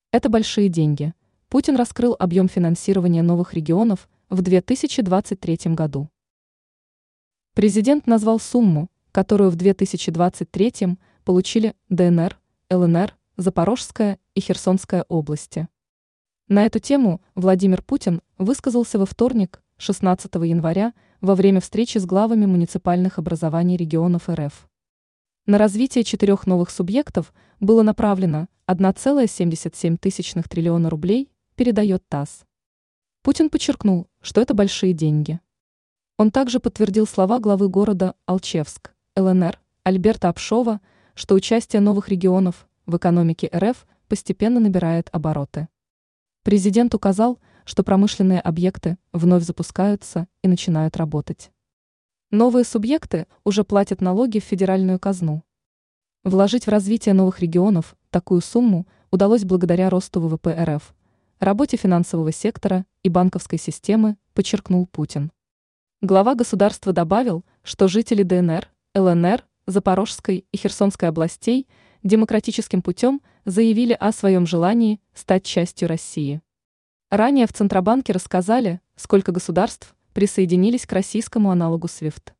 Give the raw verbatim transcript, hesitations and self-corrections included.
Это большие деньги. Путин раскрыл объем финансирования новых регионов в две тысячи двадцать третьем году. Президент назвал сумму, которую в две тысячи двадцать третьем получили ДНР, ЛНР, Запорожская и Херсонская области. На эту тему Владимир Путин высказался во вторник, шестнадцатого января, во время встречи с главами муниципальных образований регионов РФ. На развитие четырех новых субъектов было направлено одна целая семьдесят семь тысячных триллиона рублей, передает ТАСС. Путин подчеркнул, что это большие деньги. Он также подтвердил слова главы города Алчевск, ЛНР, Альберта Апшова, что участие новых регионов в экономике РФ постепенно набирает обороты. Президент указал, что промышленные объекты вновь запускаются и начинают работать. Новые субъекты уже платят налоги в федеральную казну. Вложить в развитие новых регионов такую сумму удалось благодаря росту ВВП РФ, работе финансового сектора и банковской системы, подчеркнул Путин. Глава государства добавил, что жители ДНР, ЛНР, Запорожской и Херсонской областей демократическим путем заявили о своем желании стать частью России. Ранее в Центробанке рассказали, сколько государств присоединились к российскому аналогу свифт.